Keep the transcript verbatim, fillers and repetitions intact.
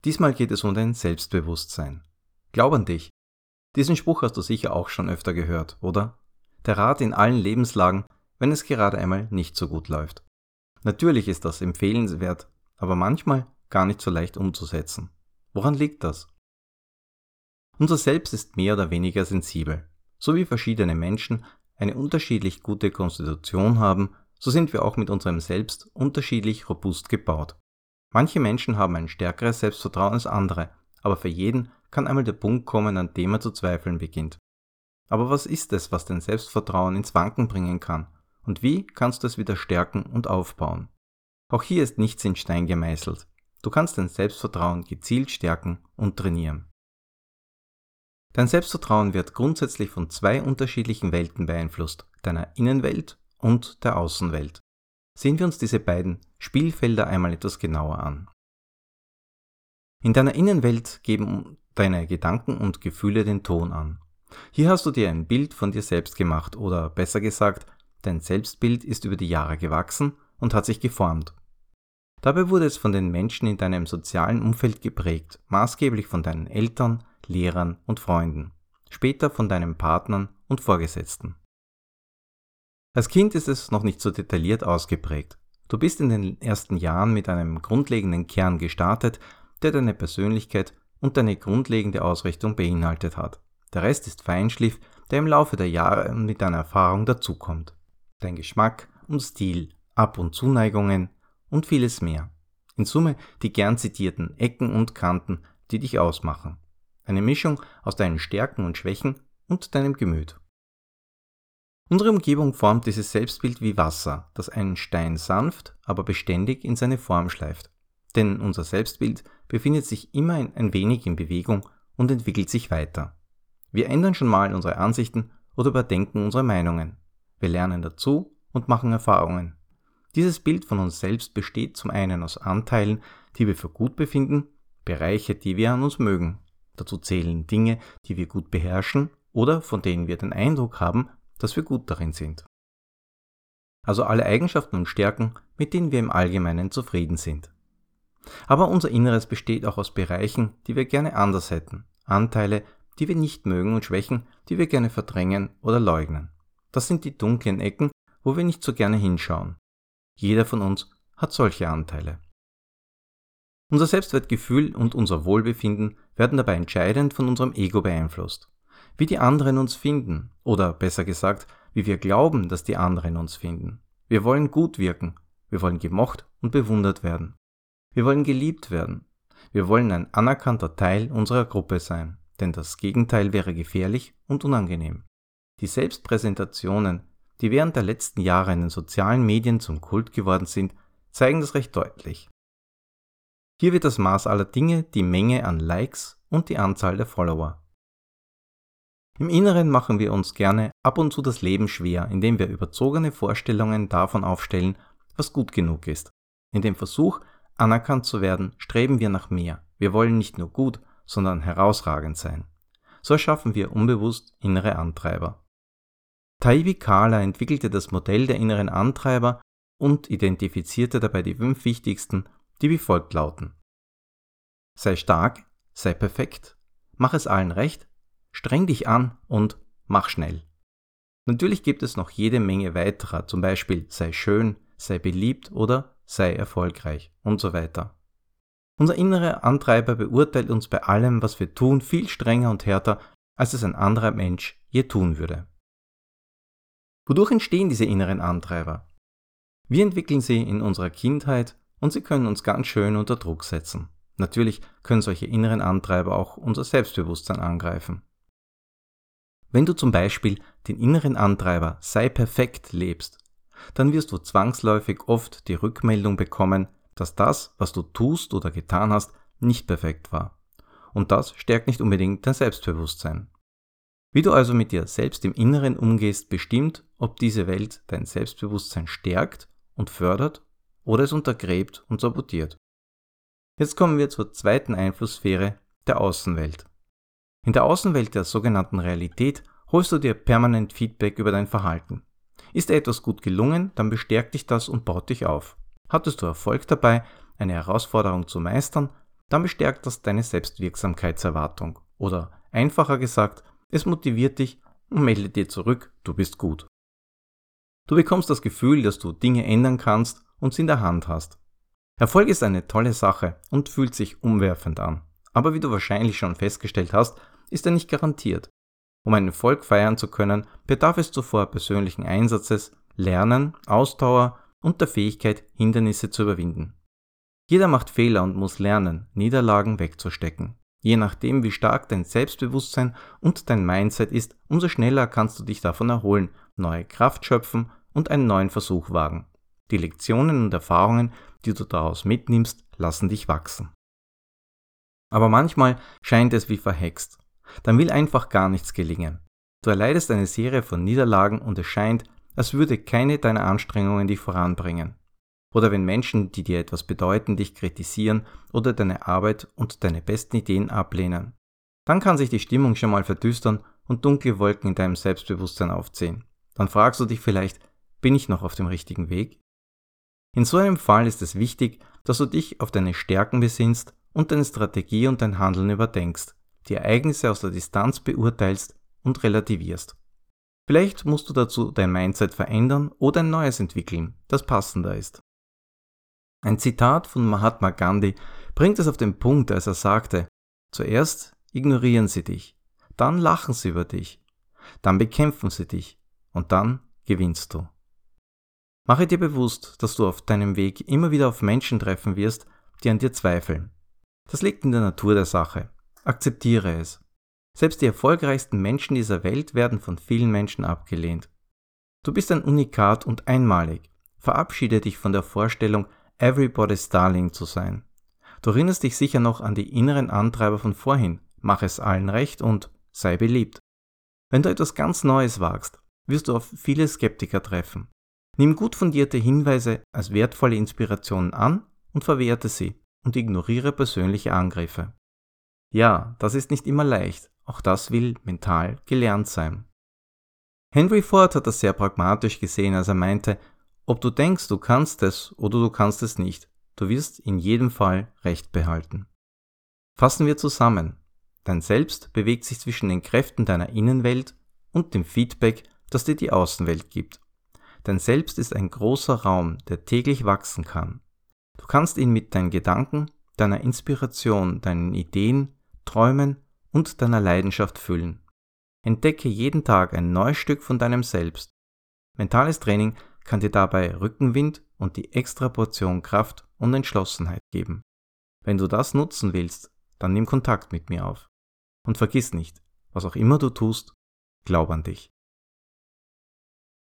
Diesmal geht es um dein Selbstbewusstsein. Glaub an dich. Diesen Spruch hast du sicher auch schon öfter gehört, oder? Der Rat in allen Lebenslagen, wenn es gerade einmal nicht so gut läuft. Natürlich ist das empfehlenswert, aber manchmal gar nicht so leicht umzusetzen. Woran liegt das? Unser Selbst ist mehr oder weniger sensibel. So wie verschiedene Menschen eine unterschiedlich gute Konstitution haben, so sind wir auch mit unserem Selbst unterschiedlich robust gebaut. Manche Menschen haben ein stärkeres Selbstvertrauen als andere, aber für jeden kann einmal der Punkt kommen, an dem er zu zweifeln beginnt. Aber was ist es, was dein Selbstvertrauen ins Wanken bringen kann? Und wie kannst du es wieder stärken und aufbauen? Auch hier ist nichts in Stein gemeißelt. Du kannst dein Selbstvertrauen gezielt stärken und trainieren. Dein Selbstvertrauen wird grundsätzlich von zwei unterschiedlichen Welten beeinflusst, deiner Innenwelt und der Außenwelt. Sehen wir uns diese beiden Spielfelder einmal etwas genauer an. In deiner Innenwelt geben deine Gedanken und Gefühle den Ton an. Hier hast du dir ein Bild von dir selbst gemacht oder besser gesagt, dein Selbstbild ist über die Jahre gewachsen und hat sich geformt. Dabei wurde es von den Menschen in deinem sozialen Umfeld geprägt, maßgeblich von deinen Eltern, Lehrern und Freunden, später von deinen Partnern und Vorgesetzten. Als Kind ist es noch nicht so detailliert ausgeprägt. Du bist in den ersten Jahren mit einem grundlegenden Kern gestartet, der deine Persönlichkeit und deine grundlegende Ausrichtung beinhaltet hat. Der Rest ist Feinschliff, der im Laufe der Jahre mit deiner Erfahrung dazukommt. Dein Geschmack und Stil, Ab- und Zuneigungen und vieles mehr. In Summe die gern zitierten Ecken und Kanten, die dich ausmachen. Eine Mischung aus deinen Stärken und Schwächen und deinem Gemüt. Unsere Umgebung formt dieses Selbstbild wie Wasser, das einen Stein sanft, aber beständig in seine Form schleift. Denn unser Selbstbild befindet sich immer ein wenig in Bewegung und entwickelt sich weiter. Wir ändern schon mal unsere Ansichten oder überdenken unsere Meinungen. Wir lernen dazu und machen Erfahrungen. Dieses Bild von uns selbst besteht zum einen aus Anteilen, die wir für gut befinden, Bereiche, die wir an uns mögen. Dazu zählen Dinge, die wir gut beherrschen oder von denen wir den Eindruck haben, dass wir gut darin sind. Also alle Eigenschaften und Stärken, mit denen wir im Allgemeinen zufrieden sind. Aber unser Inneres besteht auch aus Bereichen, die wir gerne anders hätten, Anteile, die wir nicht mögen und Schwächen, die wir gerne verdrängen oder leugnen. Das sind die dunklen Ecken, wo wir nicht so gerne hinschauen. Jeder von uns hat solche Anteile. Unser Selbstwertgefühl und unser Wohlbefinden werden dabei entscheidend von unserem Ego beeinflusst. Wie die anderen uns finden, oder besser gesagt, wie wir glauben, dass die anderen uns finden. Wir wollen gut wirken, wir wollen gemocht und bewundert werden. Wir wollen geliebt werden. Wir wollen ein anerkannter Teil unserer Gruppe sein, denn das Gegenteil wäre gefährlich und unangenehm. Die Selbstpräsentationen, die während der letzten Jahre in den sozialen Medien zum Kult geworden sind, zeigen das recht deutlich. Hier wird das Maß aller Dinge die Menge an Likes und die Anzahl der Follower. Im Inneren machen wir uns gerne ab und zu das Leben schwer, indem wir überzogene Vorstellungen davon aufstellen, was gut genug ist. In dem Versuch, anerkannt zu werden, streben wir nach mehr. Wir wollen nicht nur gut, sondern herausragend sein. So erschaffen wir unbewusst innere Antreiber. Taibbi Kahler entwickelte das Modell der inneren Antreiber und identifizierte dabei die fünf wichtigsten, die wie folgt lauten. Sei stark, sei perfekt, mach es allen recht, streng dich an und mach schnell. Natürlich gibt es noch jede Menge weiterer, zum Beispiel sei schön, sei beliebt oder sei erfolgreich und so weiter. Unser innerer Antreiber beurteilt uns bei allem, was wir tun, viel strenger und härter, als es ein anderer Mensch je tun würde. Wodurch entstehen diese inneren Antreiber? Wir entwickeln sie in unserer Kindheit und sie können uns ganz schön unter Druck setzen. Natürlich können solche inneren Antreiber auch unser Selbstbewusstsein angreifen. Wenn du zum Beispiel den inneren Antreiber sei perfekt lebst, dann wirst du zwangsläufig oft die Rückmeldung bekommen, dass das, was du tust oder getan hast, nicht perfekt war. Und das stärkt nicht unbedingt dein Selbstbewusstsein. Wie du also mit dir selbst im Inneren umgehst, bestimmt, ob diese Welt dein Selbstbewusstsein stärkt und fördert oder es untergräbt und sabotiert. Jetzt kommen wir zur zweiten Einflusssphäre, der Außenwelt. In der Außenwelt der sogenannten Realität holst du dir permanent Feedback über dein Verhalten. Ist dir etwas gut gelungen, dann bestärkt dich das und baut dich auf. Hattest du Erfolg dabei, eine Herausforderung zu meistern, dann bestärkt das deine Selbstwirksamkeitserwartung. Oder einfacher gesagt, es motiviert dich und meldet dir zurück, du bist gut. Du bekommst das Gefühl, dass du Dinge ändern kannst und sie in der Hand hast. Erfolg ist eine tolle Sache und fühlt sich umwerfend an. Aber wie du wahrscheinlich schon festgestellt hast, ist er nicht garantiert. Um einen Erfolg feiern zu können, bedarf es zuvor persönlichen Einsatzes, Lernen, Ausdauer und der Fähigkeit, Hindernisse zu überwinden. Jeder macht Fehler und muss lernen, Niederlagen wegzustecken. Je nachdem, wie stark dein Selbstbewusstsein und dein Mindset ist, umso schneller kannst du dich davon erholen, neue Kraft schöpfen und einen neuen Versuch wagen. Die Lektionen und Erfahrungen, die du daraus mitnimmst, lassen dich wachsen. Aber manchmal scheint es wie verhext. Dann will einfach gar nichts gelingen. Du erleidest eine Serie von Niederlagen und es scheint, als würde keine deiner Anstrengungen dich voranbringen. Oder wenn Menschen, die dir etwas bedeuten, dich kritisieren oder deine Arbeit und deine besten Ideen ablehnen. Dann kann sich die Stimmung schon mal verdüstern und dunkle Wolken in deinem Selbstbewusstsein aufziehen. Dann fragst du dich vielleicht, bin ich noch auf dem richtigen Weg? In so einem Fall ist es wichtig, dass du dich auf deine Stärken besinnst und deine Strategie und dein Handeln überdenkst, die Ereignisse aus der Distanz beurteilst und relativierst. Vielleicht musst du dazu dein Mindset verändern oder ein neues entwickeln, das passender ist. Ein Zitat von Mahatma Gandhi bringt es auf den Punkt, als er sagte: Zuerst ignorieren sie dich, dann lachen sie über dich, dann bekämpfen sie dich und dann gewinnst du. Mache dir bewusst, dass du auf deinem Weg immer wieder auf Menschen treffen wirst, die an dir zweifeln. Das liegt in der Natur der Sache. Akzeptiere es. Selbst die erfolgreichsten Menschen dieser Welt werden von vielen Menschen abgelehnt. Du bist ein Unikat und einmalig. Verabschiede dich von der Vorstellung, Everybody's Darling zu sein. Du erinnerst dich sicher noch an die inneren Antreiber von vorhin. Mach es allen recht und sei beliebt. Wenn du etwas ganz Neues wagst, wirst du auf viele Skeptiker treffen. Nimm gut fundierte Hinweise als wertvolle Inspirationen an und verwerte sie und ignoriere persönliche Angriffe. Ja, das ist nicht immer leicht, auch das will mental gelernt sein. Henry Ford hat das sehr pragmatisch gesehen, als er meinte, ob du denkst, du kannst es oder du kannst es nicht, du wirst in jedem Fall Recht behalten. Fassen wir zusammen. Dein Selbst bewegt sich zwischen den Kräften deiner Innenwelt und dem Feedback, das dir die Außenwelt gibt. Dein Selbst ist ein großer Raum, der täglich wachsen kann. Du kannst ihn mit deinen Gedanken, deiner Inspiration, deinen Ideen, Träumen und deiner Leidenschaft füllen. Entdecke jeden Tag ein neues Stück von deinem Selbst. Mentales Training kann dir dabei Rückenwind und die extra Portion Kraft und Entschlossenheit geben. Wenn du das nutzen willst, dann nimm Kontakt mit mir auf. Und vergiss nicht, was auch immer du tust, glaub an dich.